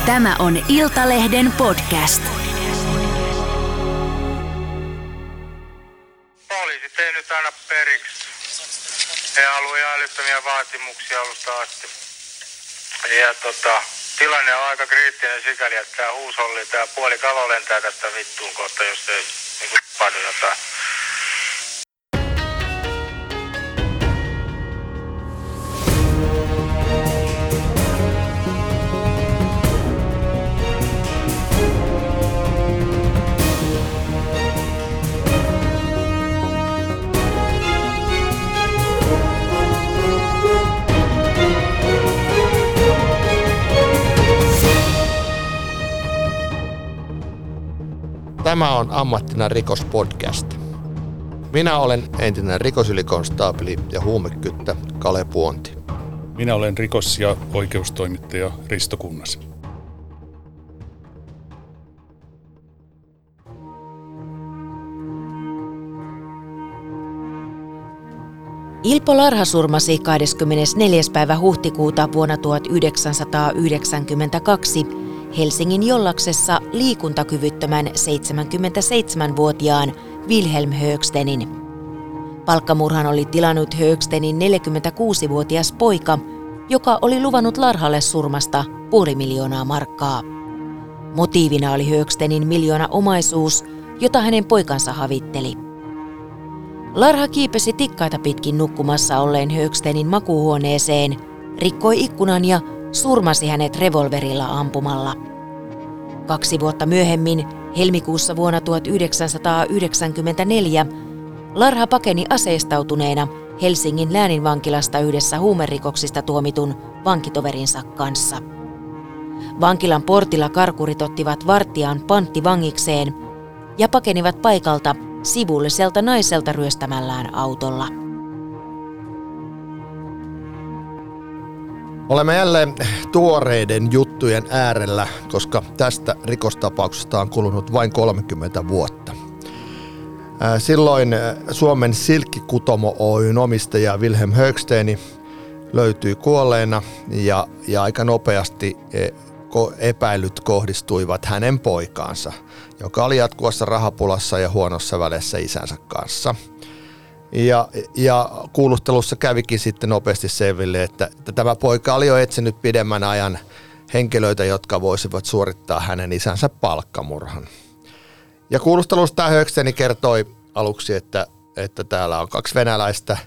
Tämä on Iltalehden podcast. Poliisit ei nyt anna periksi. He haluaa ihan älyttömiä vaatimuksia alusta asti. Ja tilanne on aika kriittinen sikäli, että tämä huusholli, tämä puoli kalo lentää tästä vittuun kohta, jos ei tapahdu jotain. Tämä on Ammattina rikospodcast. Minä olen entinen rikosylikonstaapeli ja huumekyttä Kale Puonti. Minä olen rikos- ja oikeustoimittaja Risto Kunnas. Ilpo Larha surmasi 24. päivä huhtikuuta vuonna 1992 Helsingin Jollaksessa liikuntakyvyttömän 77-vuotiaan Wilhelm Högstenin. Palkkamurhan oli tilannut Högstenin 46-vuotias poika, joka oli luvannut Larhalle surmasta 500 000 markkaa. Motiivina oli Högstenin miljoonaomaisuus, jota hänen poikansa havitteli. Larha kiipesi tikkaita pitkin nukkumassa olleen Högstenin makuuhuoneeseen, rikkoi ikkunan ja surmasi hänet revolverilla ampumalla. 2 vuotta myöhemmin, helmikuussa vuonna 1994, Larha pakeni aseistautuneena Helsingin lääninvankilasta yhdessä huumerikoksista tuomitun vankitoverinsa kanssa. Vankilan portilla karkurit ottivat vartijan panttivangikseen ja pakenivat paikalta sivulliselta naiselta ryöstämällään autolla. Olemme jälleen tuoreiden juttujen äärellä, koska tästä rikostapauksesta on kulunut vain 30 vuotta. Silloin Suomen Silkkikutomo Oyn omistaja Wilhelm Högsten löytyi kuolleena ja aika nopeasti epäilyt kohdistuivat hänen poikaansa, joka oli jatkuvassa rahapulassa ja huonossa välissä isänsä kanssa. Ja kuulustelussa kävikin sitten nopeasti selville, että tämä poika oli jo etsinyt pidemmän ajan henkilöitä, jotka voisivat suorittaa hänen isänsä palkkamurhan. Ja kuulustelussa tämä Högsten kertoi aluksi, että täällä on 2 venäläistä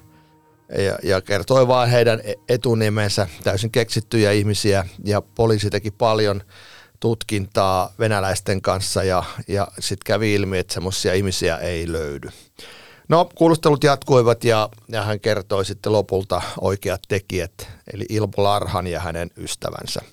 ja kertoi vaan heidän etunimensä, täysin keksittyjä ihmisiä, ja poliisi teki paljon tutkintaa venäläisten kanssa ja sitten kävi ilmi, että semmoisia ihmisiä ei löydy. No, kuulustelut jatkuivat ja hän kertoi sitten lopulta oikeat tekijät, eli Ilpo Larhan ja hänen ystävänsä.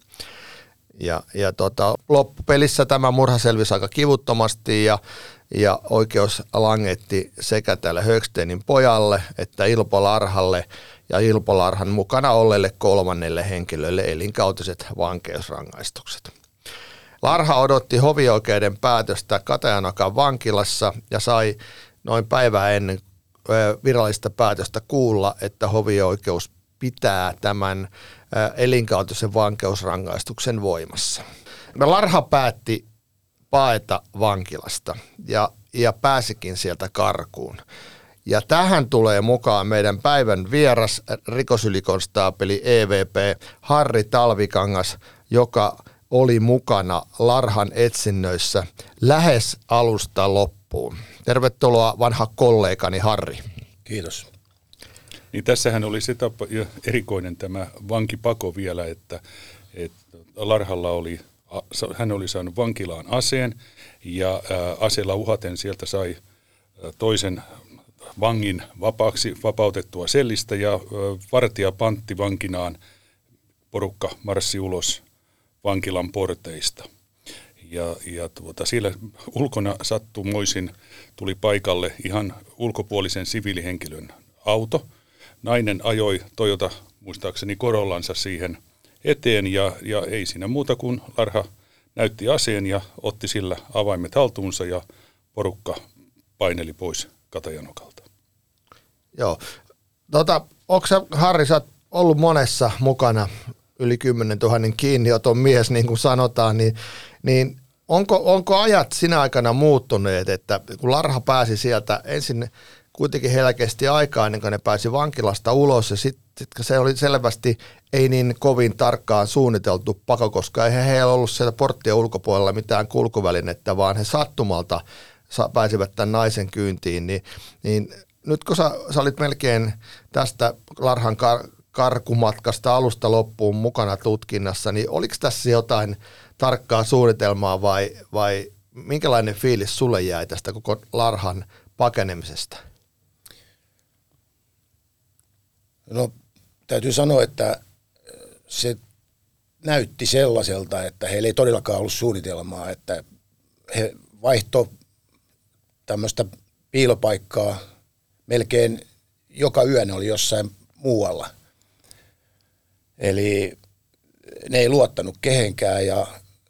Ja loppupelissä tämä murha selvisi aika kivuttomasti ja oikeus langetti sekä tälle Högstenin pojalle että Ilpo Larhalle ja Ilpo Larhan mukana olleelle 3. henkilölle elinkautiset vankeusrangaistukset. Larha odotti hovioikeuden päätöstä Katajanokan vankilassa ja sai noin päivää ennen virallista päätöstä kuulla, että hovioikeus pitää tämän elinkautisen vankeusrangaistuksen voimassa. Larha päätti paeta vankilasta ja pääsikin sieltä karkuun. Ja tähän tulee mukaan meidän päivän vieras rikosylikonstaapeli EVP Harri Talvikangas, joka oli mukana Larhan etsinnöissä lähes alusta loppuun. Tervetuloa vanha kollegani Harri. Kiitos. Niin tässähän oli se tapa, erikoinen tämä vankipako vielä, että Larhalla hän oli saanut vankilaan aseen ja aseella uhaten sieltä sai toisen vangin vapautettua sellistä ja vartija pantti vankinaan, porukka marssi ulos vankilan porteista. Ja siellä ulkona sattumoisin tuli paikalle ihan ulkopuolisen siviilihenkilön auto. Nainen ajoi Toyota, muistaakseni Corollansa siihen eteen ja ei siinä muuta kuin Larha näytti aseen ja otti sillä avaimet haltuunsa ja porukka paineli pois Katajanokalta. Joo. Onko sä, Harri, sä oot ollut monessa mukana yli 10 000 kiinnioton mies, niin kuin sanotaan, niin onko ajat sinä aikana muuttuneet, että kun Larha pääsi sieltä ensin kuitenkin heillä kesti aikaa ennen kuin ne pääsi vankilasta ulos ja sitten se oli selvästi ei niin kovin tarkkaan suunniteltu pako, koska ei heillä ollut siellä porttien ulkopuolella mitään kulkuvälinettä, vaan he sattumalta pääsivät tämän naisen kyyntiin, niin nyt kun sä olit melkein tästä Larhan karkumatkasta alusta loppuun mukana tutkinnassa, niin oliko tässä jotain tarkkaa suunnitelmaa vai minkälainen fiilis sulle jäi tästä koko Larhan pakenemisesta? No täytyy sanoa, että se näytti sellaiselta, että heillä ei todellakaan ollut suunnitelmaa, että he vaihto tämmöistä piilopaikkaa melkein joka yö ne oli jossain muualla. Eli ne ei luottanut kehenkään ja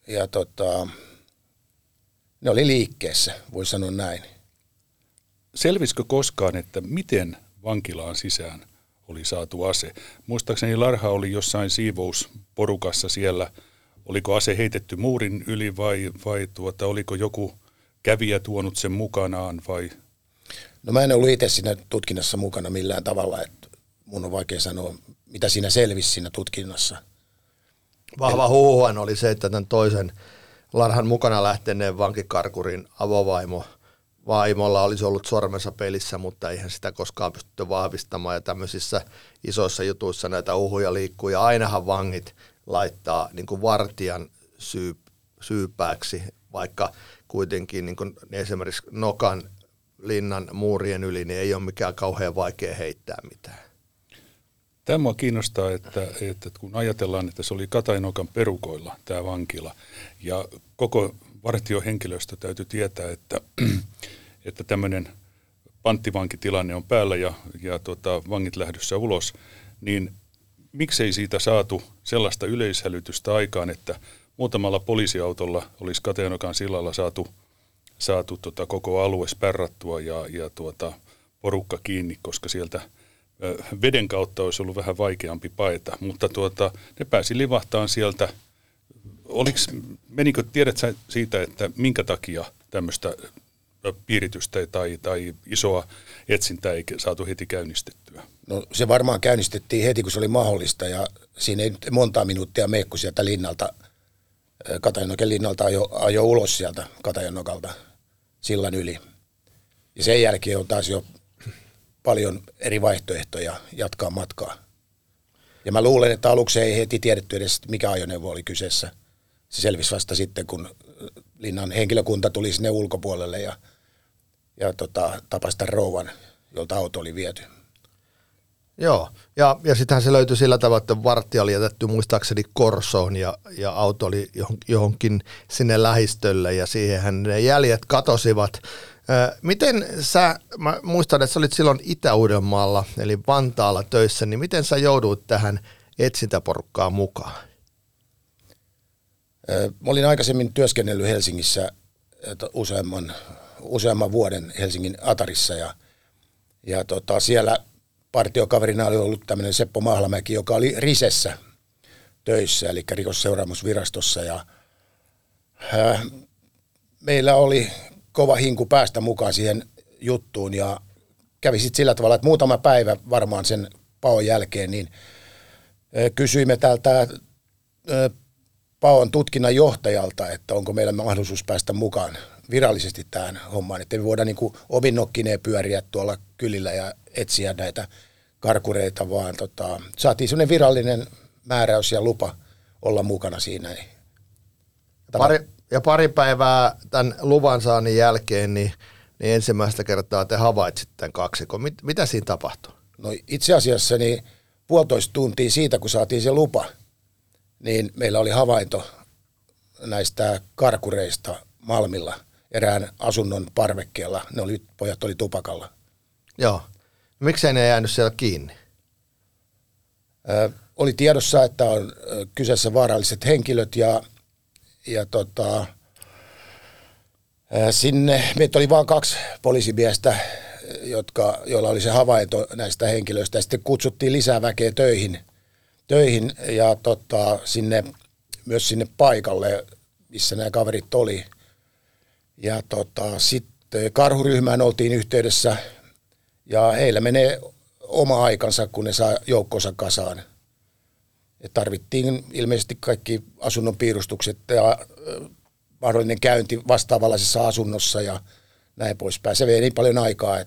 ne oli liikkeessä, voi sanoa näin. Selvisikö koskaan, että miten vankilaan sisään oli saatu ase? Muistaakseni Larha oli jossain siivousporukassa siellä. Oliko ase heitetty muurin yli vai oliko joku kävijä tuonut sen mukanaan vai? No mä en ollut itse siinä tutkinnassa mukana millään tavalla, että mun on vaikea sanoa, mitä siinä selvisi siinä tutkinnassa. Vahva huuhan oli se, että tämän toisen Larhan mukana lähteneen vankikarkurin avovaimolla olisi ollut sormensa pelissä, mutta eihän sitä koskaan pystytty vahvistamaan ja tämmöisissä isoissa jutuissa näitä uhuja liikkuu ja ainahan vangit laittaa niin kuin vartijan syypääksi, vaikka kuitenkin niin kuin esimerkiksi Nokan linnan muurien yli niin ei ole mikään kauhean vaikea heittää mitään. Tämä mua kiinnostaa, että kun ajatellaan, että se oli Katajanokan perukoilla tämä vankila ja koko vartiohenkilöstö täytyy tietää, että tämmöinen panttivankitilanne on päällä ja vangit lähdössä ulos, niin miksei siitä saatu sellaista yleishälytystä aikaan, että muutamalla poliisiautolla olisi Katajanokan sillalla saatu koko alue spärrattua ja porukka kiinni, koska sieltä veden kautta olisi ollut vähän vaikeampi paeta, mutta ne pääsi livahtaan sieltä. Tiedät sä siitä, että minkä takia tämmöistä piiritystä tai isoa etsintää ei saatu heti käynnistettyä? No se varmaan käynnistettiin heti, kun se oli mahdollista ja siinä ei nyt montaa minuuttia mene, kun sieltä linnalta, Katajanoken linnalta ajo ulos sieltä Katajanokalta sillan yli. Ja sen jälkeen on taas jo paljon eri vaihtoehtoja jatkaa matkaa. Ja mä luulen, että aluksi ei heti tiedetty edes, mikä ajoneuvo oli kyseessä. Se selvisi vasta sitten, kun linnan henkilökunta tuli sinne ulkopuolelle ja tapasi tämän rouvan, jolta auto oli viety. Joo, ja sittenhän se löytyi sillä tavalla, että vartija oli jätetty muistaakseni Korsoon ja auto oli johonkin sinne lähistölle ja siihenhän ne jäljet katosivat. Miten mä muistan, että sä olit silloin Itä-Uudenmaalla, eli Vantaalla töissä, niin miten sä jouduit tähän etsintäporukkaan mukaan? Mä olin aikaisemmin työskennellyt Helsingissä useamman vuoden Helsingin Atarissa ja siellä partiokaverina oli ollut tämmöinen Seppo Mahlamäki, joka oli Risessä töissä, eli rikosseuraamusvirastossa ja meillä oli kova hinku päästä mukaan siihen juttuun ja kävi sitten sillä tavalla, että muutama päivä varmaan sen paon jälkeen, niin kysyimme tältä paon tutkinnan johtajalta, että onko meillä mahdollisuus päästä mukaan virallisesti tähän hommaan, että me voidaan niin kuin ovinnokkineen pyöriä tuolla kylillä ja etsiä näitä karkureita, vaan saatiin sellainen virallinen määräys ja lupa olla mukana siinä. Pari päivää tämän luvan saannin jälkeen, niin ensimmäistä kertaa te havaitsitte tämän kaksikon. Mitä siinä tapahtui? No itse asiassa niin 1,5 tuntia siitä, kun saatiin se lupa, niin meillä oli havainto näistä karkureista Malmilla erään asunnon parvekkeella. Pojat oli tupakalla. Joo. Miksei ne jäänyt siellä kiinni? Oli tiedossa, että on kyseessä vaaralliset henkilöt ja sinne meitä oli vain 2 poliisimiestä, joilla oli se havainto näistä henkilöistä ja sitten kutsuttiin lisää väkeä töihin töihin ja myös sinne paikalle, missä nämä kaverit oli. Ja sitten karhuryhmään oltiin yhteydessä ja heillä menee oma aikansa, kun ne saa joukkonsa kasaan. Et tarvittiin ilmeisesti kaikki asunnon piirustukset ja mahdollinen käynti vastaavanlaisessa asunnossa ja näin poispäin. Se vei niin paljon aikaa,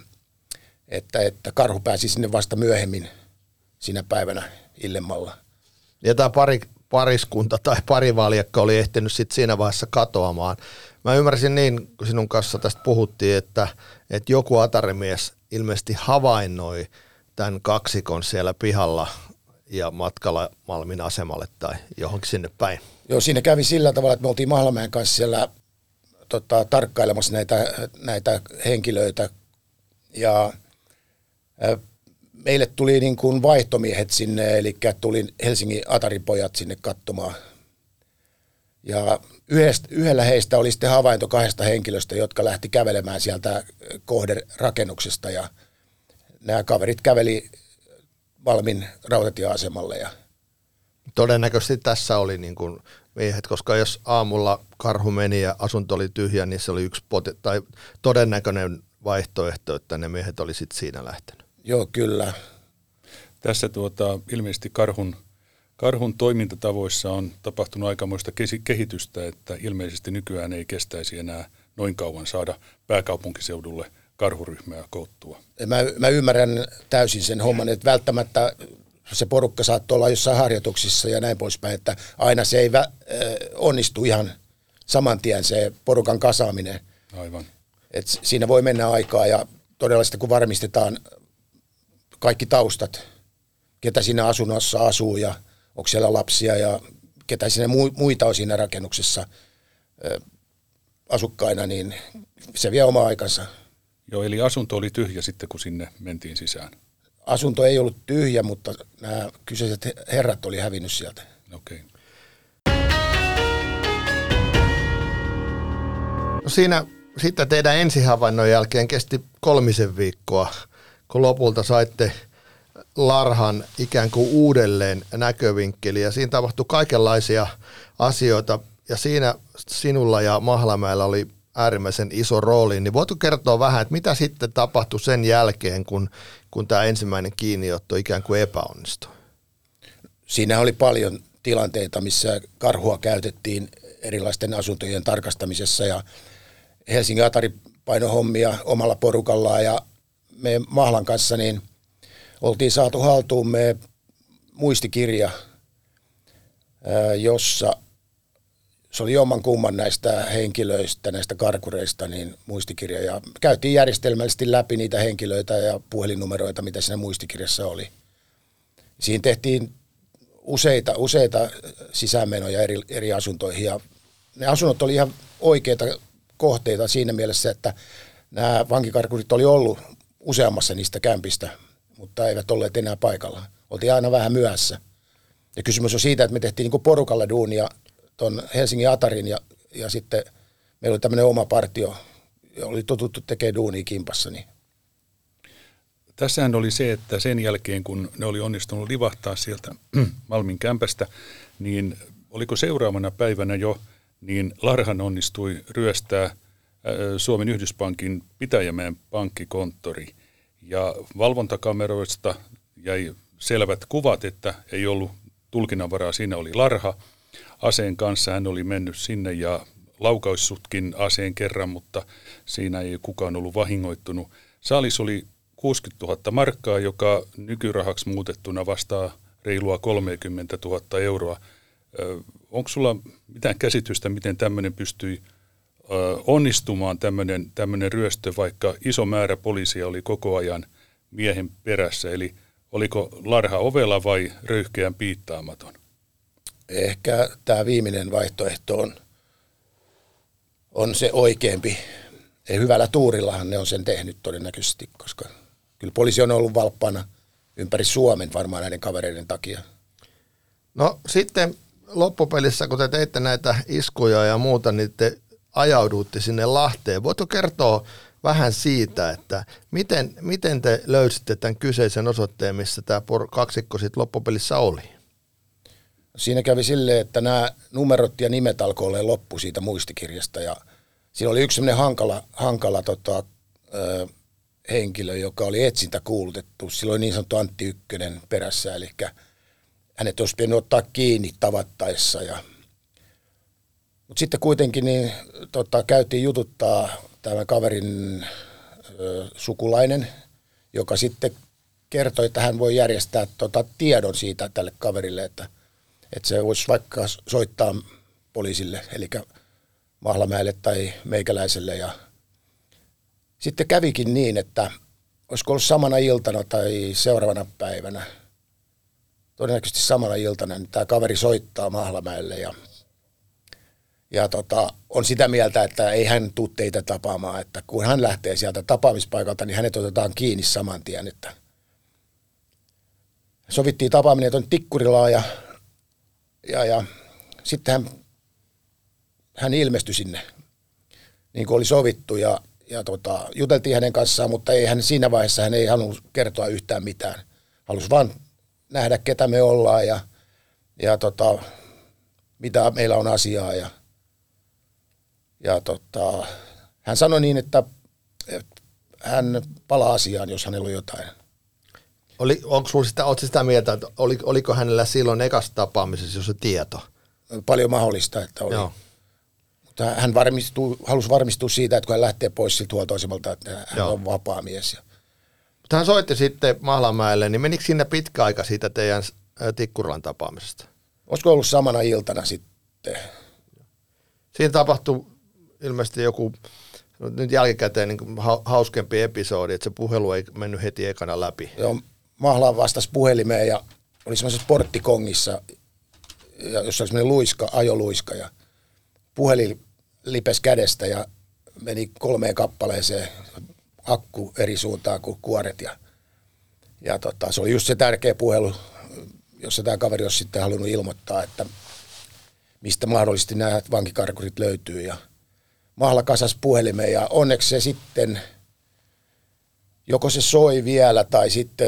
että karhu pääsi sinne vasta myöhemmin siinä päivänä illemmalla. Ja tämä pariskunta tai parivaljakka oli ehtinyt sitten siinä vaiheessa katoamaan. Mä ymmärsin niin, kun sinun kanssa tästä puhuttiin, että joku atarimies ilmeisesti havainnoi tämän kaksikon siellä pihalla ja matkalla Malmin asemalle tai johonkin sinne päin. Joo, siinä kävi sillä tavalla, että me oltiin Mahlamäen kanssa siellä tarkkailemassa näitä henkilöitä ja meille tuli niin kuin vaihtomiehet sinne, eli tuli Helsingin ataripojat sinne katsomaan. Ja yhdellä heistä oli sitten havainto 2 henkilöstä, jotka lähti kävelemään sieltä kohderakennuksesta ja nämä kaverit käveli Malmin rautatieasemalle. Ja Todennäköisesti tässä oli niin kuin miehet, koska jos aamulla karhu meni ja asunto oli tyhjä, niin se oli yksi todennäköinen vaihtoehto, että ne miehet oli sitten siinä lähtenyt. Joo, kyllä. Tässä ilmeisesti karhun toimintatavoissa on tapahtunut aikamoista kehitystä, että ilmeisesti nykyään ei kestäisi enää noin kauan saada pääkaupunkiseudulle karhuryhmää koottua. Mä ymmärrän täysin sen homman, että välttämättä se porukka saattoi olla jossain harjoituksissa ja näin poispäin, että aina se ei onnistu ihan saman tien se porukan kasaaminen. Aivan. Et siinä voi mennä aikaa ja todella sitten kun varmistetaan kaikki taustat, ketä siinä asunnossa asuu ja onko siellä lapsia ja ketä siinä muita on siinä rakennuksessa asukkaina, niin se vie oma aikansa. Joo, eli asunto oli tyhjä sitten, kun sinne mentiin sisään. Asunto ei ollut tyhjä, mutta nämä kyseiset herrat oli hävinnyt sieltä. Okei. No siinä sitten teidän ensihavainnon jälkeen kesti 3 viikkoa, kun lopulta saitte larhan ikään kuin uudelleen näkövinkkeli ja siinä tapahtui kaikenlaisia asioita ja siinä sinulla ja Mahlamäellä oli äärimmäisen iso rooli, niin voitko kertoa vähän, että mitä sitten tapahtui sen jälkeen, kun tämä ensimmäinen kiinniotto ikään kuin epäonnistui? Siinä oli paljon tilanteita, missä karhua käytettiin erilaisten asuntojen tarkastamisessa ja Helsingin Atari paino hommia omalla porukallaan ja me Mahlan kanssa niin oltiin saatu haltuumme muistikirja, jossa se oli jomman kumman näistä henkilöistä, näistä karkureista, niin muistikirja. Ja käytiin järjestelmällisesti läpi niitä henkilöitä ja puhelinnumeroita, mitä siinä muistikirjassa oli. Siinä tehtiin useita sisäänmenoja eri asuntoihin. Ja ne asunnot oli ihan oikeita kohteita siinä mielessä, että nämä vankikarkurit oli ollut useammassa niistä kämpistä, mutta eivät olleet enää paikalla. Oltiin aina vähän myöhässä. Ja kysymys on siitä, että me tehtiin niin kuin porukalla duunia tuon Helsingin Atarin ja sitten meillä oli tämmöinen oma partio, oli totuttu tekemään duunia kimpassa. Niin. Tässähän oli se, että sen jälkeen kun ne oli onnistunut livahtaa sieltä Malmin kämpästä, niin oliko seuraavana päivänä jo, niin larhan onnistui ryöstää Suomen Yhdyspankin Pitäjämäen pankkikonttori. Ja valvontakameroista jäi selvät kuvat, että ei ollut tulkinnanvaraa, siinä oli larha. Aseen kanssa hän oli mennyt sinne ja laukaissutkin aseen kerran, mutta siinä ei kukaan ollut vahingoittunut. Saalis oli 60 000 markkaa, joka nykyrahaksi muutettuna vastaa reilua 30 000 euroa. Onko sulla mitään käsitystä, miten tämmöinen pystyi onnistumaan tämmöinen ryöstö, vaikka iso määrä poliisia oli koko ajan miehen perässä? Eli oliko larha ovela vai röyhkeän piittaamaton? Ehkä tämä viimeinen vaihtoehto on se oikeampi. Ja hyvällä tuurillahan ne on sen tehnyt todennäköisesti, koska kyllä poliisi on ollut valppaana ympäri Suomen varmaan näiden kavereiden takia. No sitten loppupelissä, kun te teitte näitä iskuja ja muuta, niin te ajauduitte sinne Lahteen. Voitko kertoa vähän siitä, että miten te löysitte tämän kyseisen osoitteen, missä tämä kaksikko sitten loppupelissä oli? Siinä kävi silleen, että nämä numerot ja nimet alkoi olla loppu siitä muistikirjasta ja siinä oli yksi sellainen hankala henkilö, joka oli etsintäkuulutettu. Silloin niin sanottu Antti Ykkönen perässä, eli hänet olisi pitänyt ottaa kiinni tavattaessa. Mutta sitten kuitenkin niin, käytiin jututtaa tämän kaverin sukulainen, joka sitten kertoi, että hän voi järjestää tiedon siitä tälle kaverille, että se voisi vaikka soittaa poliisille, eli Mahlamäelle tai meikäläiselle. Ja sitten kävikin niin, että olisiko ollut samana iltana tai seuraavana päivänä, todennäköisesti samana iltana, niin tämä kaveri soittaa Mahlamäelle ja on sitä mieltä, että ei hän tule teitä tapaamaan, että kun hän lähtee sieltä tapaamispaikalta, niin hänet otetaan kiinni saman tien. Että sovittiin tapaaminen tuonne Tikkurilaan ja sitten hän ilmestyi sinne, niin kuin oli sovittu ja juteltiin hänen kanssaan, mutta ei hän siinä vaiheessa hän ei halunnut kertoa yhtään mitään. Halusi vaan nähdä, ketä me ollaan ja mitä meillä on asiaa hän sanoi niin, että hän palaa asiaan, jos hänellä on jotain. Oletko sitä mieltä, että oliko hänellä silloin ekassa tapaamisessa jo se tieto? Paljon mahdollista, että oli. Joo. Mutta hän halusi varmistua siitä, että kun hän lähtee pois siltä huoltoasemalta, että hän on vapaa mies. Mutta hän soitti sitten Mahlamäelle, niin menikö sinne pitkä aika siitä teidän Tikkurilan tapaamisesta? Olisiko ollut samana iltana sitten? Siinä tapahtui ilmeisesti joku nyt jälkikäteen niin hauskempi episodi, että se puhelu ei mennyt heti ekana läpi. Joo, Mahla vastasi puhelimeen ja oli semmoisessa porttikongissa, jossa oli semmoinen ajoluiska ja puhelin lipesi kädestä ja meni 3 kappaleeseen akku eri suuntaan kuin kuoret. Ja se oli just se tärkeä puhelu, jossa tämä kaveri olisi sitten halunnut ilmoittaa, että mistä mahdollisesti nämä vankikarkurit löytyy. Ja Mahla kasasi puhelimeen ja onneksi se sitten, joko se soi vielä tai sitten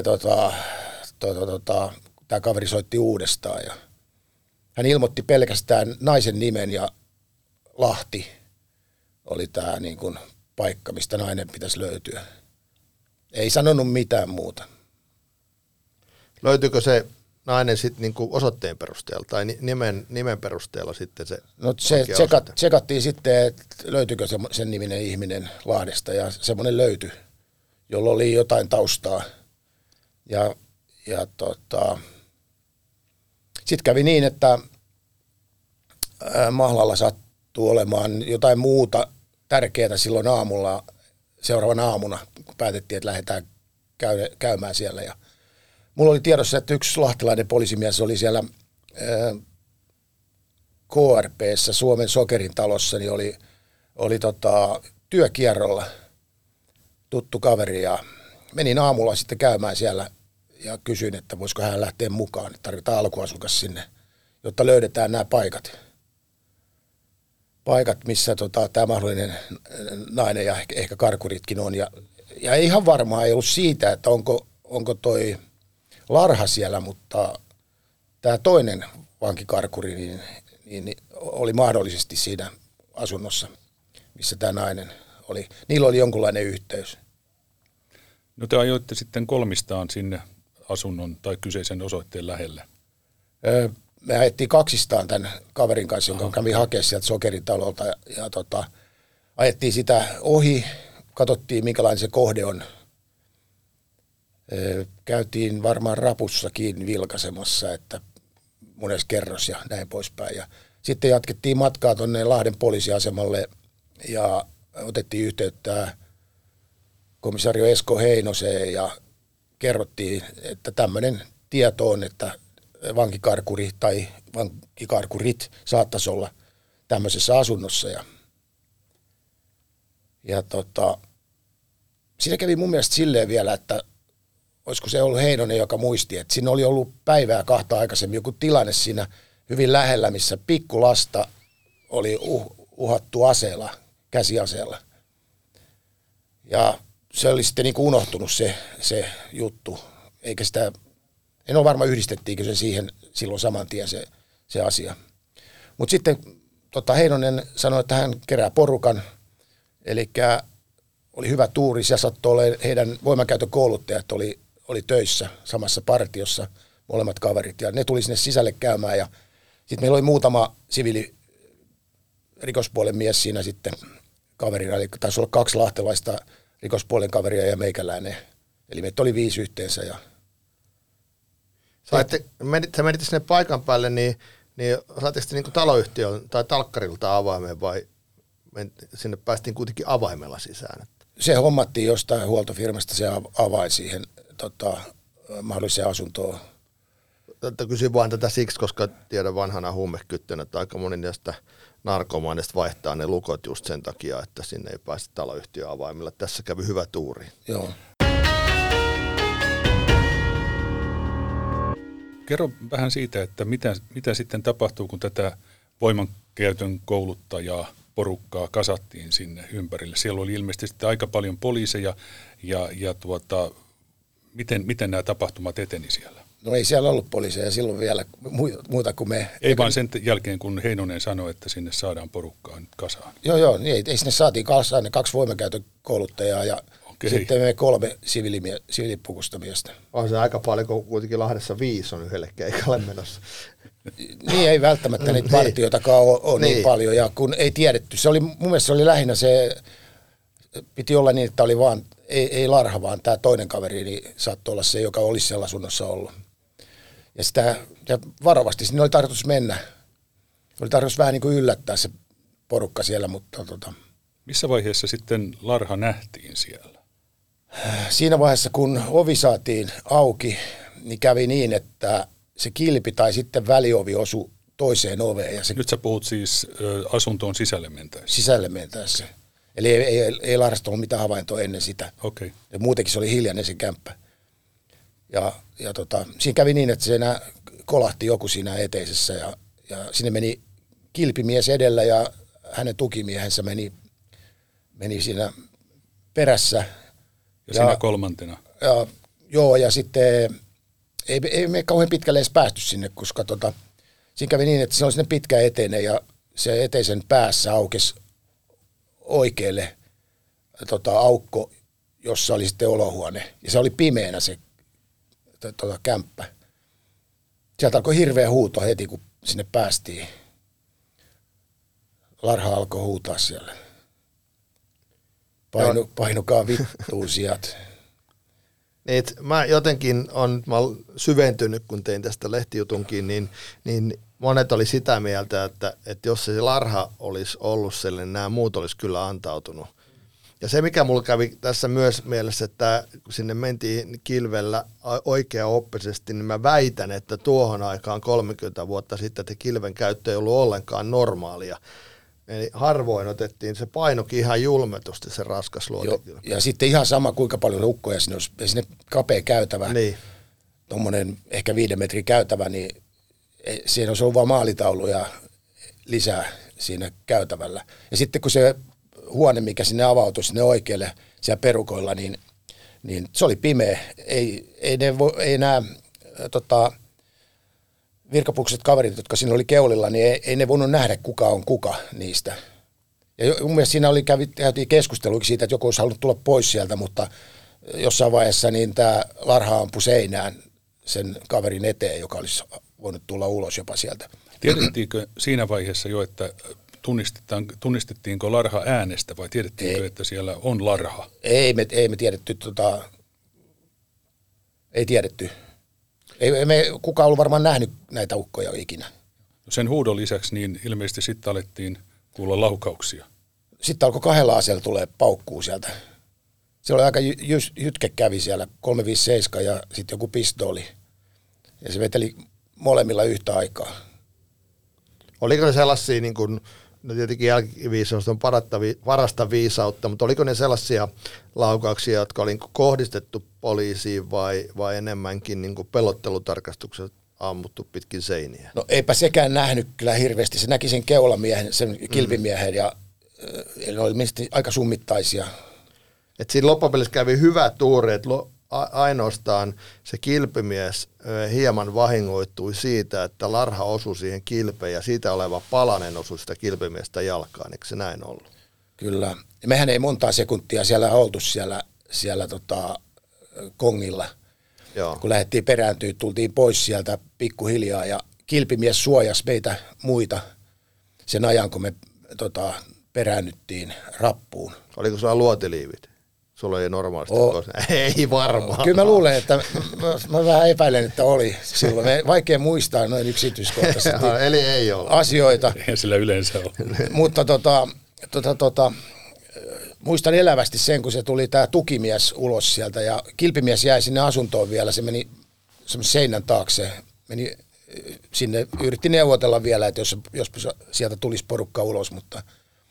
tämä kaveri soitti uudestaan. Ja hän ilmoitti pelkästään naisen nimen ja Lahti oli tämä niin kuin paikka, mistä nainen pitäisi löytyä. Ei sanonut mitään muuta. Löytyykö se nainen sitten niinku osoitteen perusteella tai nimen perusteella sitten se? No se tsekattiin sitten, että löytyykö sen niminen ihminen Lahdesta ja semmoinen löytyi, jolla oli jotain taustaa. Sitten kävi niin, että Mahlalla sattuu olemaan jotain muuta tärkeää silloin seuraavana aamuna, kun päätettiin, että lähdetään käymään siellä. Ja mulla oli tiedossa, että yksi lahtelainen poliisimies oli siellä KRP:ssä, Suomen Sokerin talossa, niin oli työkierrolla tuttu kaveri ja menin aamulla sitten käymään siellä ja kysyin, että voisiko hän lähteä mukaan. Tarvitaan alkuasukas sinne, jotta löydetään nämä paikat, missä tämä mahdollinen nainen ja ehkä karkuritkin on. Ja ei ihan varmaa ei ollut siitä, että onko toi Larha siellä, mutta tämä toinen vankikarkuri niin oli mahdollisesti siinä asunnossa, missä tämä nainen oli. Niillä oli jonkunlainen yhteys. No te ajoitte sitten kolmistaan sinne asunnon tai kyseisen osoitteen lähelle. Me ajettiin kaksistaan tämän kaverin kanssa, jonka kävi hakemaan sieltä Sokeritalolta ja ajettiin sitä ohi, katsottiin minkälainen se kohde on. Käytiin varmaan rapussakin vilkaisemassa, että monessa kerros ja näin poispäin. Ja sitten jatkettiin matkaa tuonne Lahden poliisiasemalle ja otettiin yhteyttä komisario Esko Heinoseen ja kerrottiin, että tämmöinen tieto on, että vankikarkuri tai vankikarkurit saattaisi olla tämmöisessä asunnossa. Siinä kävi mun mielestä silleen vielä, että olisiko se ollut Heinonen, joka muisti, että siinä oli ollut päivää 2 aikaisemmin joku tilanne siinä hyvin lähellä, missä pikkulasta oli uhattu aseella, käsiaseella. Ja se oli sitten niin kuin unohtunut se juttu, eikä sitä, en ole varma yhdistettiinkö se siihen silloin saman tien se asia. Mutta sitten Heinonen sanoi, että hän kerää porukan, eli oli hyvä tuuri, siellä sattui olla heidän voimankäytön kouluttajat oli töissä samassa partiossa, molemmat kaverit, ja ne tuli sinne sisälle käymään, ja sitten meillä oli muutama rikospuolen mies siinä sitten kaverina, eli taisi olla 2 lahtelaista rikospuolen kaveria ja meikäläinen, eli meitä oli 5 yhteensä. Ja sä menit sinne paikan päälle, niin saatteko te niin taloyhtiön tai talkkarilta avaimen vai sinne päästiin kuitenkin avaimella sisään? Se hommattiin jostain huoltofirmasta se avain siihen mahdolliseen asuntoon. Kysyn vain tätä siksi, koska tiedän vanhana huumekyttönä, että aika moni näistä narkomaanista vaihtaa ne lukot just sen takia, että sinne ei pääse taloyhtiön avaimella. Tässä kävi hyvä tuuri. Joo. Kerro vähän siitä, että mitä sitten tapahtuu, kun tätä voimankäytön kouluttajaa porukkaa kasattiin sinne ympärille. Siellä oli ilmeisesti sitten aika paljon poliiseja ja miten nämä tapahtumat eteni siellä? No ei siellä ollut poliiseja silloin vielä muuta kuin me. Ei vaan sen jälkeen, kun Heinonen sanoi, että sinne saadaan porukkaa nyt kasaan. Joo, niin ei sinne saatiin kasaan ne 2 voimankäytön kouluttajaa ja sitten me 3 siviilipukusta miestä. On se aika paljon, kun kuitenkin Lahdessa 5 on yhdelle keikalle menossa. Niin ei välttämättä niitä partioitakaan ole niin paljon, ja kun ei tiedetty. Mun mielestä se oli lähinnä piti olla niin, että oli vaan, ei Larha, vaan tämä toinen kaveri, niin saattoi olla se, joka olisi siellä asunnossa ollut. Ja varovasti sinne oli tarkoitus mennä. Oli tarkoitus vähän niin kuin yllättää se porukka siellä, mutta Missä vaiheessa sitten Larha nähtiin siellä? Siinä vaiheessa, kun ovi saatiin auki, niin kävi niin, että se kilpi tai sitten väliovi osui toiseen oveen. Ja Nyt sä puhut siis asuntoon sisälle mentäessä. Sisälle mentäessä. Eli ei Larhasta ollut mitään havaintoa ennen sitä. Okay. Ja muutenkin se oli hiljainen se kämppä. Ja siinä kävi niin, että se kolahti joku siinä eteisessä ja sinne meni kilpimies edellä ja hänen tukimiehensä meni siinä perässä. Ja siinä kolmantena. Ja sitten ei me kauhean pitkälle edes päästy sinne, koska siinä kävi niin, että se oli sinne pitkä eteinen ja se eteisen päässä aukesi oikealle aukko, jossa oli sitten olohuone. Ja se oli pimeänä se kämppä. Sieltä alkoi hirveä huuto heti, kun sinne päästiin. Larha alkoi huutaa siellä. Painukaa vittuun sijat. Mä jotenkin olen syventynyt, kun tein tästä lehtijutunkin, niin monet oli sitä mieltä, että jos se Larha olisi ollut sellainen, nämä muut olisi kyllä antautunut. Ja se, mikä mulla kävi tässä myös mielessä, että kun sinne mentiin kilvellä oikeaoppisesti, niin mä väitän, että tuohon aikaan 30 vuotta sitten, että kilven käyttö ei ollut ollenkaan normaalia. Eli harvoin otettiin, se painokin ihan julmetusti se raskas luotikilpi. Ja sitten ihan sama, kuinka paljon ukkoja sinne olisi, sinne kapea käytävä, niin. Tuommoinen ehkä 5 metrin käytävä, niin siinä olisi ollut vaan maalitauluja lisää siinä käytävällä. Ja sitten kun se huone, mikä sinne avautui sinne oikealle siellä perukoilla, niin se oli pimeä. Ei nämä virkapukset kaverit, jotka siinä oli keulilla, niin ei ne voinut nähdä, kuka on kuka niistä. Ja mun mielestä siinä käytiin keskustelua siitä, että joku olisi halunnut tulla pois sieltä, mutta jossain vaiheessa niin tämä Larha ampui seinään sen kaverin eteen, joka olisi voinut tulla ulos jopa sieltä. Tiedettiinkö siinä vaiheessa jo, että tunnistettiinko Larha äänestä vai tiedettiinkö, että siellä on Larha? Ei me tiedetty, ei tiedetty. Ei me kukaan ollut varmaan nähnyt näitä ukkoja ikinä. Sen huudon lisäksi niin ilmeisesti sitten alettiin kuulla laukauksia. Sitten alkoi 2 aseella tulee paukkuu sieltä. Se oli aika jytke kävi siellä, 357 ja sitten joku pistooli. Ja se veteli molemmilla yhtä aikaa. Oliko ne sellaisia, niin kuin, no tietenkin jälkiviisaus on parasta viisautta, mutta oliko ne sellaisia laukauksia, jotka oli kohdistettu poliisiin vai enemmänkin niin kuin pelottelutarkastukset ammuttu pitkin seiniä? No eipä sekään nähnyt kyllä hirveästi. Se näki sen keulamiehen, sen kilpimiehen ja ne oli mielestäni aika summittaisia. Et siinä loppupelissä kävi hyvä tuuri, että ainoastaan se kilpimies hieman vahingoittui siitä, että larha osui siihen kilpeen ja siitä oleva palanen osui sitä kilpimiestä jalkaan. Eikö se näin ollut? Kyllä. Mehän ei montaa sekuntia siellä oltu siellä kongilla. Joo. Kun lähdettiin perääntyä, tultiin pois sieltä pikkuhiljaa ja kilpimies suojasi meitä muita sen ajan, kun me peräännyttiin rappuun. Oliko sulla luotiliivit? Sulla ei normaalisti ei varmaan. Kyllä mä luulen, että mä vähän epäilen, että oli silloin. Vaikea muistaa noin yksityiskohtaisesti eli ei ole asioita. Eihän sillä yleensä ole. Mutta muistan elävästi sen, kun se tuli tämä tukimies ulos sieltä ja kilpimies jäi sinne asuntoon vielä. Se meni semmoisen seinän taakse. Meni sinne, yritti neuvotella vielä, että jos sieltä tulisi porukka ulos, mutta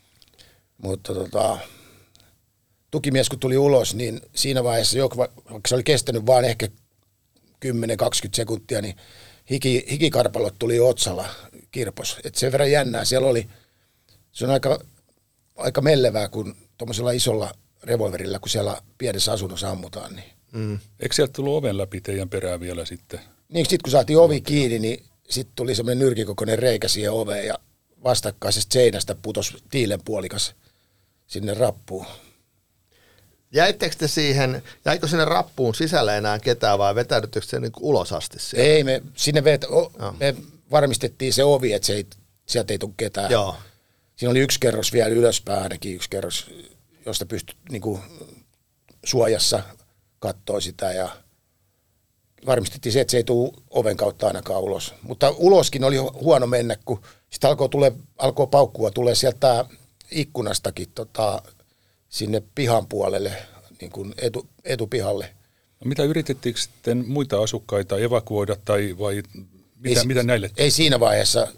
tukimies kun tuli ulos, niin siinä vaiheessa, vaikka se oli kestänyt vaan ehkä 10-20 sekuntia, niin hikikarpalot tuli otsalla kirpos. Et sen verran jännää. Siellä oli, se on aika mellevää, kun tuommoisella isolla revolverilla, kun siellä pienessä asunnossa ammutaan. Niin. Eikö sieltä tullut oven läpi teidän perään vielä sitten? Niin sitten kun saatiin ovi kiinni, niin sitten tuli semmoinen nyrkikokoinen reikä siihen oveen ja vastakkaisesta seinästä putosi tiilenpuolikas sinne rappuun. Jäittekö jäikö sinne rappuun sisälle enää ketään vai vetäydyttekö se niin ulos asti sieltä? Ei, me varmistettiin se ovi, että sieltä ei tule ketään. Joo. Siinä oli yksi kerros vielä ylöspäin, ainakin yksi kerros, josta pystyi niin kuin suojassa katsoa sitä ja varmistettiin se, että se ei tule oven kautta ainakaan ulos. Mutta uloskin oli huono mennä, kun sitten alkoi paukkua, tulee sieltä ikkunastakin sinne pihan puolelle, niin kuin etupihalle. No mitä yritettiinkö sitten muita asukkaita evakuoida vai mitä näille? Ei siinä vaiheessa,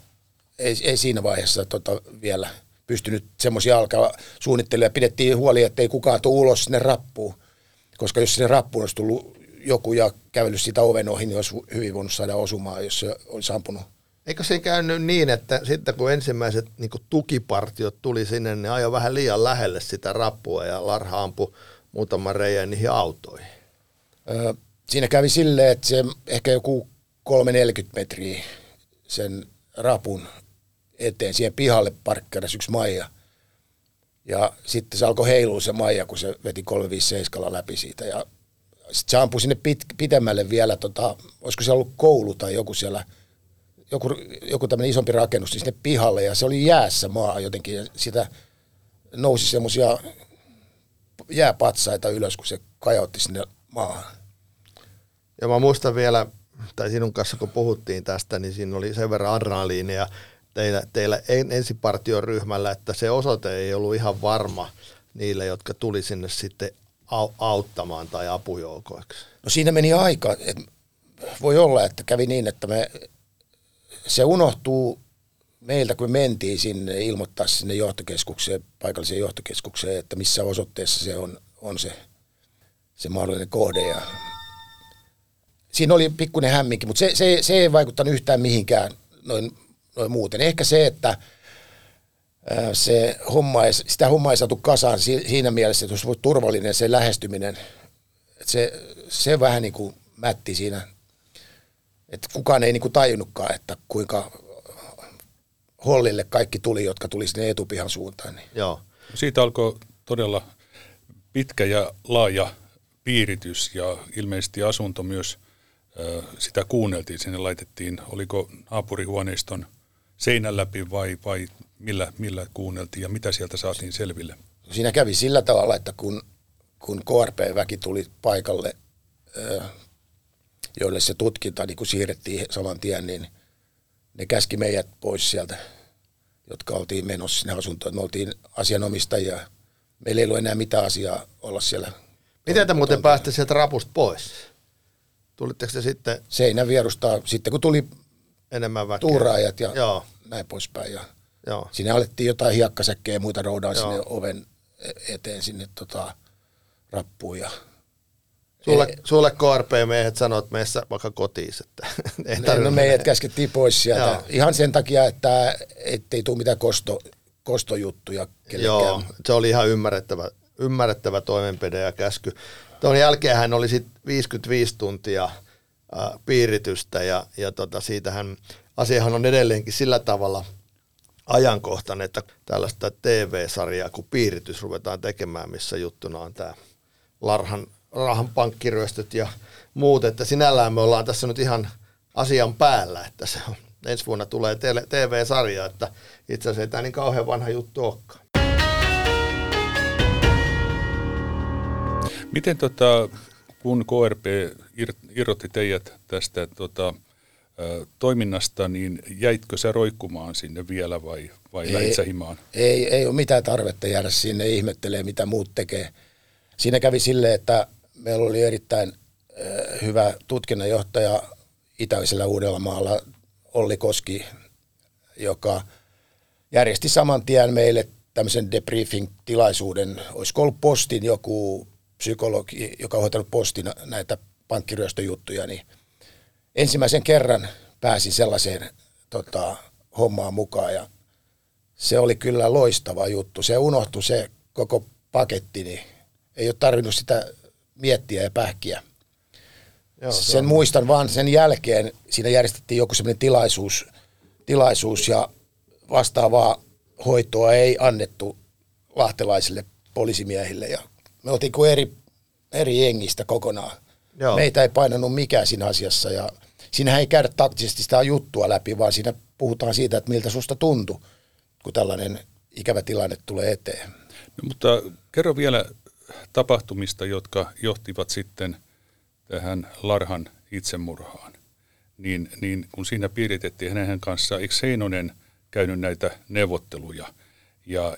vielä pystynyt semmoisia alkaa suunnittelemaan ja pidettiin huoli, ettei kukaan tule ulos sinne rappuun. Koska jos sinne rappuun olisi tullut joku ja kävellyt sitä oven ohi, niin olisi hyvin voinut saada osumaan, jos se olisi ampunut. Eikö se käynyt niin, että sitten kun ensimmäiset niin kuin tukipartiot tuli sinne, niin ajoi vähän liian lähelle sitä rappua ja larha ampui muutaman reijän niihin autoihin? Siinä kävi silleen, että se ehkä joku 3-40 metriä sen rapun eteen siihen pihalle parkkeerasi yksi Maija. Ja sitten se alkoi heilua se Maija, kun se veti 357 läpi siitä. Ja sitten se ampui sinne pitemmälle vielä, olisiko se ollut koulu tai joku siellä, joku tämmöinen isompi rakennus, niin sinne pihalle. Ja se oli jäässä maa jotenkin. Ja sitä nousi semmoisia jääpatsaita ylös, kun se kajautti sinne maahan. Ja mä muistan vielä, tai sinun kanssa kun puhuttiin tästä, niin siinä oli sen verran adrenaliinia teillä ensipartion ryhmällä, että se osoite ei ollut ihan varma niille, jotka tuli sinne sitten auttamaan tai apujoukoiksi. No siinä meni aika. Voi olla, että kävi niin, että se unohtuu meiltä, kun me mentiin sinne ilmoittaa sinne johtokeskukseen, paikalliseen johtokeskukseen, että missä osoitteessa se on se mahdollinen kohde. Ja siinä oli pikkuinen hämminki, mutta se ei vaikuttanut yhtään mihinkään noin muuten. Ehkä se, että sitä hommaa ei saatu kasaan siinä mielessä, että olisi ollut turvallinen se lähestyminen. Että se vähän niin kuin mätti siinä, että kukaan ei niin kuin tajunnutkaan, että kuinka hollille kaikki tuli, jotka tuli sinne etupihan suuntaan. Niin. Joo. Siitä alkoi todella pitkä ja laaja piiritys ja ilmeisesti asunto myös sitä kuunneltiin. Sinne laitettiin, oliko naapurihuoneiston seinän läpi vai millä kuunneltiin ja mitä sieltä saatiin selville? Siinä kävi sillä tavalla, että kun KRP-väki tuli paikalle, joille se tutkinta niin kun siirrettiin saman tien, niin ne käski meidät pois sieltä, jotka oltiin menossa sinne asuntoon. Me oltiin asianomistajia. Meillä ei ollut enää mitään asiaa olla siellä. Miten te muuten pääsitte sieltä rapusta pois? Tulitteko te sitten? Seinän vierustaa, sitten kun tuli enemmän väkeä. Tuuraajat ja näin poispäin. Ja siinä alettiin jotain hiekkasäkkejä ja muita roudaa sinne oven eteen sinne rappuun. Ja Sulle KRP-miehet sanoivat, että meissä vaikka kotiin. No meidät käskettiin pois sieltä. Joo. Ihan sen takia, että ei tule mitään kostojuttuja kellekään. Joo, se oli ihan ymmärrettävä toimenpide ja käsky. Tuon jälkeen hän oli sitten 55 tuntia piiritystä ja siitähän asiahan on edelleenkin sillä tavalla ajankohtainen, että tällaista TV-sarjaa kuin Piiritys ruvetaan tekemään, missä juttuna on tämä Larhan pankkiryöstöt ja muut, että sinällään me ollaan tässä nyt ihan asian päällä, että se on, ensi vuonna tulee TV-sarja, että itse asiassa ei tämä niin kauhean vanha juttu olekaan. Miten kun KRP irrotti teidät tästä toiminnasta, niin jäitkö sä roikkumaan sinne vielä vai lähit sä himaan? Ei ole mitään tarvetta jäädä sinne ihmettelemään, mitä muut tekee. Siinä kävi silleen, että meillä oli erittäin hyvä tutkinnanjohtaja Itäisellä Uudellamaalla, Olli Koski, joka järjesti saman tien meille tämmöisen debriefing-tilaisuuden. Olisiko ollut Postin joku psykologi, joka on hoitanut Postin näitä pankkiryöstöjuttuja, niin ensimmäisen kerran pääsin sellaiseen hommaan mukaan ja se oli kyllä loistava juttu. Se unohtui se koko paketti, niin ei ole tarvinnut sitä miettiä ja pähkiä. Joo, sen muistan vaan sen jälkeen, siinä järjestettiin joku sellainen tilaisuus ja vastaavaa hoitoa ei annettu lahtelaisille poliisimiehille ja me oltiin kuin eri jengistä kokonaan. Joo. Meitä ei painanut mikään siinä asiassa ja siinähän ei käydä taktisesti sitä juttua läpi, vaan siinä puhutaan siitä, että miltä susta tuntui, kun tällainen ikävä tilanne tulee eteen. No, mutta kerro vielä tapahtumista, jotka johtivat sitten tähän Larhan itsemurhaan. Niin kun siinä piiritettiin hänen kanssaan, eikö Heinonen käynyt näitä neuvotteluja ja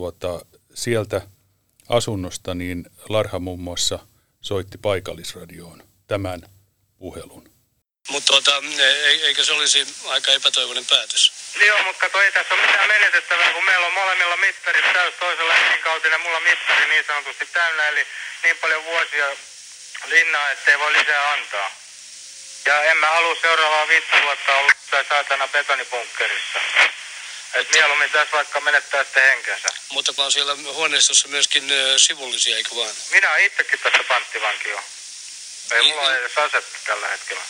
sieltä asunnosta niin Larha muun muassa soitti paikallisradioon tämän puhelun. Mutta eikö se olisi aika epätoivoinen päätös? Joo, mutta ei tässä ole mitään menetettävää, kun meillä on molemmilla mittarit täys, toisella elinkautinen, mulla mittari niin sanotusti täynnä, eli niin paljon vuosia linnaa, ettei voi lisää antaa. Ja en mä halua seuraavaa 5 vuotta olla tai saatana betonibunkkerissa. Et mieluummin tässä vaikka menettää sitten henkensä. Mutta on siellä huoneistossa myöskin sivullisia, eikö vaan? Minä itsekin tässä panttivanki on. Ei mulla ole edes asetta tällä hetkellä.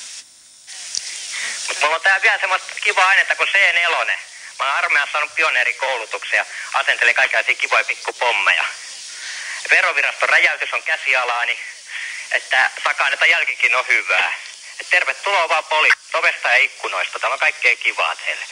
Mutta mulla on tää vielä semmoista kivaa ainetta kuin C4. Mä oon armeijassa saanut pioneerikoulutuksia ja asentelin kaikenlaisia kivoja pikkupommeja. Veroviraston räjäytys on käsialaani, että takaan, että jälkikin on hyvää. Et tervetuloa vaan poliisi, ovesta ja ikkunoista. Täällä on kaikkea kivaa teille.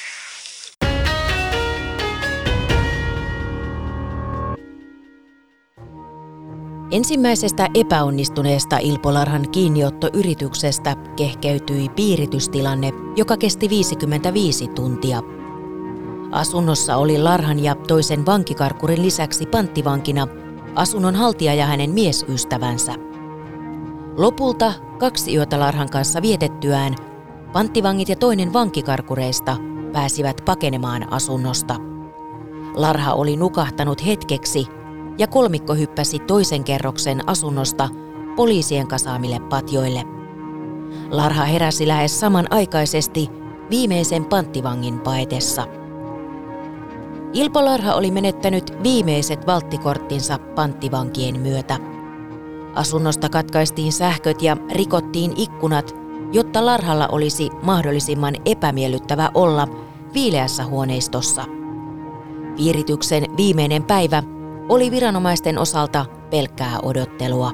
Ensimmäisestä epäonnistuneesta Ilpo Larhan kiinniottoyrityksestä kehkeytyi piiritystilanne, joka kesti 55 tuntia. Asunnossa oli Larhan ja toisen vankikarkurin lisäksi panttivankina asunnon haltija ja hänen miesystävänsä. Lopulta 2 yötä Larhan kanssa vietettyään panttivangit ja toinen vankikarkureista pääsivät pakenemaan asunnosta. Larha oli nukahtanut hetkeksi ja kolmikko hyppäsi toisen kerroksen asunnosta poliisien kasaamille patjoille. Larha heräsi lähes samanaikaisesti viimeisen panttivangin paetessa. Ilpo Larha oli menettänyt viimeiset valttikorttinsa panttivankien myötä. Asunnosta katkaistiin sähköt ja rikottiin ikkunat, jotta Larhalla olisi mahdollisimman epämiellyttävä olla viileässä huoneistossa. Piirityksen viimeinen päivä oli viranomaisten osalta pelkkää odottelua.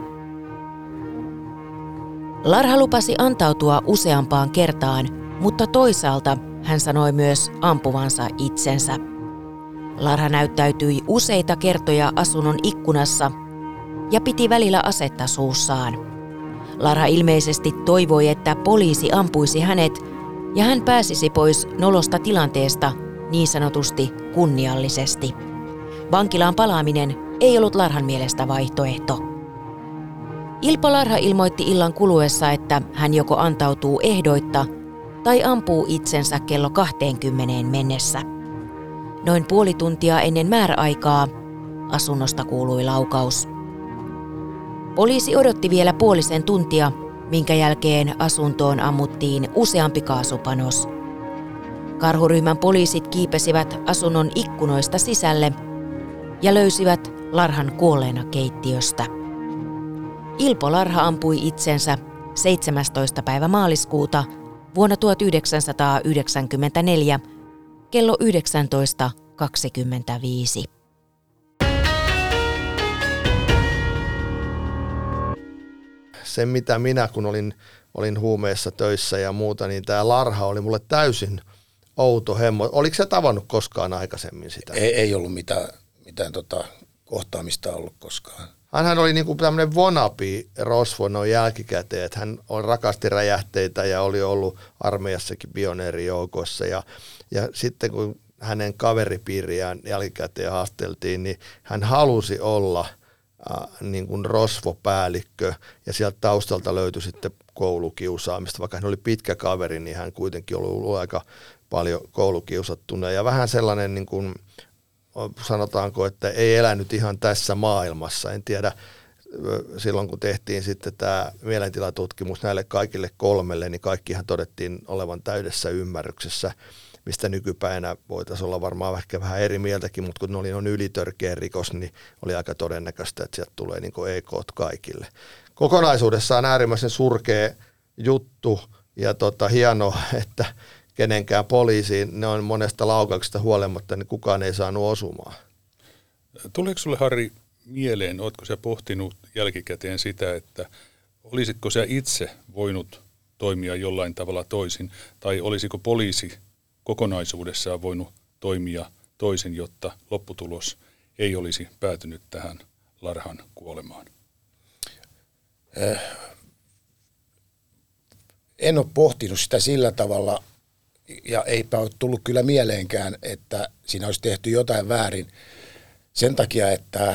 Larha lupasi antautua useampaan kertaan, mutta toisaalta hän sanoi myös ampuvansa itsensä. Larha näyttäytyi useita kertoja asunnon ikkunassa ja piti välillä asetta suussaan. Larha ilmeisesti toivoi, että poliisi ampuisi hänet ja hän pääsisi pois nolosta tilanteesta niin sanotusti kunniallisesti. Vankilaan palaaminen ei ollut Larhan mielestä vaihtoehto. Ilpo Larha ilmoitti illan kuluessa, että hän joko antautuu ehdoitta tai ampuu itsensä kello 20 mennessä. Noin puoli tuntia ennen määräaikaa asunnosta kuului laukaus. Poliisi odotti vielä puolisen tuntia, minkä jälkeen asuntoon ammuttiin useampi kaasupanos. Karhuryhmän poliisit kiipesivät asunnon ikkunoista sisälle ja löysivät Larhan kuolleena keittiöstä. Ilpo Larha ampui itsensä 17. päivä maaliskuuta vuonna 1994 kello 19.25. Se mitä minä, kun olin huumeessa töissä ja muuta, niin tämä Larha oli mulle täysin outo hemmo. Oliko sä tavannut koskaan aikaisemmin sitä? Ei ollut mitään kohtaamista ollut koskaan. Hänhän oli niinku tämmöinen wannabe-rosvo noin jälkikäteen, että hän rakasti räjähteitä ja oli ollut armeijassakin pioneerijoukoissa ja sitten kun hänen kaveripiiriään jälkikäteen haasteltiin, niin hän halusi olla niin kuin rosvopäällikkö ja sieltä taustalta löytyi sitten koulukiusaamista. Vaikka hän oli pitkä kaveri, niin hän kuitenkin oli ollut aika paljon koulukiusattuna ja vähän sellainen niin kuin sanotaanko, että ei elänyt ihan tässä maailmassa. En tiedä, silloin kun tehtiin sitten tämä mielentilatutkimus näille kaikille 3, niin kaikkihan todettiin olevan täydessä ymmärryksessä, mistä nykypäivänä voitaisiin olla varmaan ehkä vähän eri mieltäkin, mutta kun ne oli noin ylitörkeä rikos, niin oli aika todennäköistä, että sieltä tulee niin kuin EK:t kaikille. Kokonaisuudessaan äärimmäisen surkea juttu ja hienoa, että kenenkään poliisiin, ne on monesta laukauksesta huolimatta, niin kukaan ei saanut osumaan. Tuleeko sulle, Harri, mieleen, ootko sä pohtinut jälkikäteen sitä, että olisitko sä itse voinut toimia jollain tavalla toisin, tai olisiko poliisi kokonaisuudessaan voinut toimia toisin, jotta lopputulos ei olisi päätynyt tähän Larhan kuolemaan? En ole pohtinut sitä sillä tavalla, ja eipä ole tullut kyllä mieleenkään, että siinä olisi tehty jotain väärin sen takia, että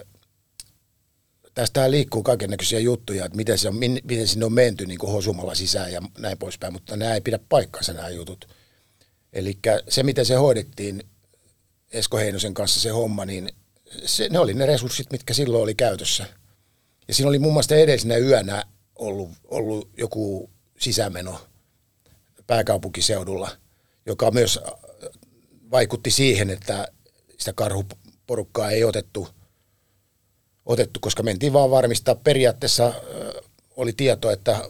tästä liikkuu kaikennäköisiä juttuja, että miten sinne on menty niin kuin hosumalla sisään ja näin poispäin, mutta nämä ei pidä paikkaansa nämä jutut. Eli se, miten se hoidettiin Esko Heinosen kanssa se homma, niin ne oli ne resurssit, mitkä silloin oli käytössä. Ja siinä oli muun muassa edellisenä yönä ollut joku sisämeno pääkaupunkiseudulla, joka myös vaikutti siihen, että sitä karhuporukkaa ei otettu, koska mentiin vaan varmistaa. Periaatteessa oli tieto, että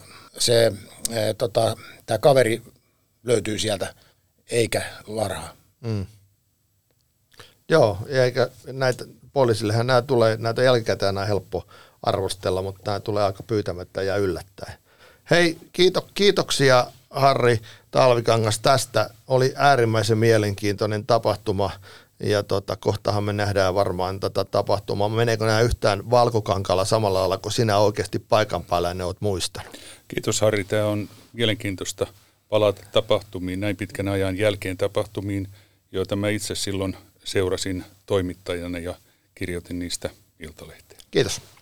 tämä kaveri löytyy sieltä, eikä Larha. Mm. Joo, eikä näitä poliisillehän näitä jälkikäteen on helppo arvostella, mutta nämä tulee aika pyytämättä ja yllättäen. Hei, kiitoksia Harri Talvikangas tästä. Oli äärimmäisen mielenkiintoinen tapahtuma ja kohtahan me nähdään varmaan tätä tapahtumaa. Meneekö nämä yhtään Valkokankalla samalla lailla, kun sinä oikeasti paikan päällä ja ne olet muistanut? Kiitos, Harri. Tämä on mielenkiintoista palata tapahtumiin, näin pitkän ajan jälkeen tapahtumiin, joita mä itse silloin seurasin toimittajana ja kirjoitin niistä Iltalehteen. Kiitos.